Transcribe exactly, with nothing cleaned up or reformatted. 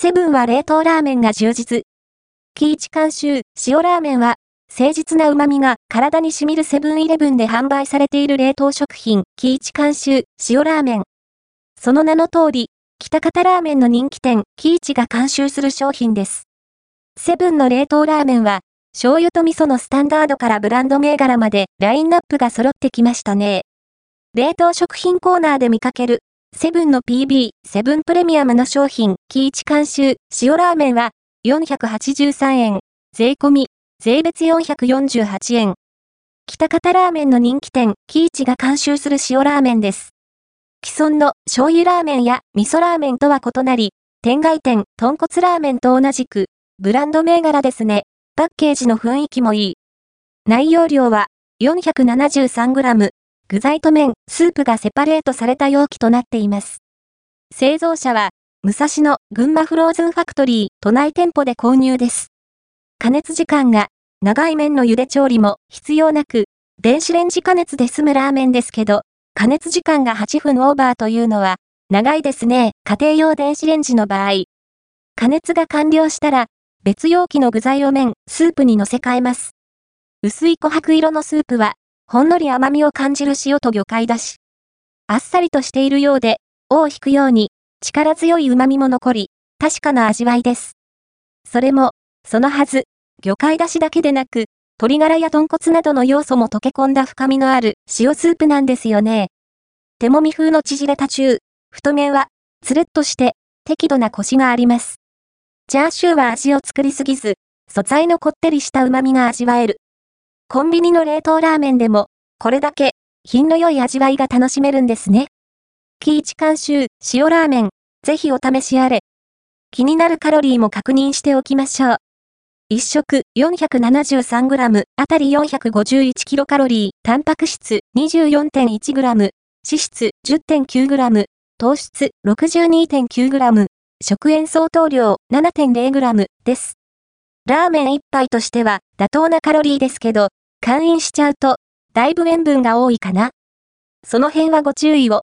セブンは冷凍ラーメンが充実。キイチ監修、塩ラーメンは、誠実な旨味が体に染みるセブンイレブンで販売されている冷凍食品、キイチ監修、塩ラーメン。その名の通り、喜多方ラーメンの人気店、キイチが監修する商品です。セブンの冷凍ラーメンは、醤油と味噌のスタンダードからブランド銘柄までラインナップが揃ってきましたね。冷凍食品コーナーで見かける、セブンの ピービー、セブンプレミアムの商品、キイチ監修、塩ラーメンは、よんひゃくはちじゅうさんえん、税込み、税別よんひゃくよんじゅうはちえん。喜多方ラーメンの人気店、キイチが監修する塩ラーメンです。既存の醤油ラーメンや味噌ラーメンとは異なり、天外店、豚骨ラーメンと同じく、ブランド銘柄ですね。パッケージの雰囲気もいい。内容量は よんひゃくななじゅうさんグラム、具材と麺、スープがセパレートされた容器となっています。製造者は、武蔵野群馬フローズンファクトリー都内店舗で購入です。加熱時間が長い麺の茹で調理も必要なく、電子レンジ加熱で済むラーメンですけど、加熱時間がはちふんオーバーというのは長いですね。家庭用電子レンジの場合。加熱が完了したら、別容器の具材を麺、スープに乗せ替えます。薄い琥珀色のスープは、ほんのり甘みを感じる塩と魚介だし。あっさりとしているようで、尾を引くように、力強い旨味も残り、確かな味わいです。それも、そのはず、魚介だしだけでなく、鶏ガラや豚骨などの要素も溶け込んだ深みのある塩スープなんですよね。手もみ風の縮れた中、太麺は、つるっとして、適度なコシがあります。チャーシューは味を作りすぎず、素材のこってりした旨味が味わえる。コンビニの冷凍ラーメンでも、これだけ、品の良い味わいが楽しめるんですね。キイチ監修、塩ラーメン、ぜひお試しあれ。気になるカロリーも確認しておきましょう。いっ食 よんひゃくななじゅうさんグラム あたり よんひゃくごじゅういちキロカロリー、タンパク質 にじゅうよんてんいちグラム、脂質 じゅってんきゅうグラム、糖質 ろくじゅうにてんきゅうグラム、食塩相当量 ななてんぜろグラム です。ラーメン一杯としては妥当なカロリーですけど、完飲しちゃうと、だいぶ塩分が多いかな。その辺はご注意を。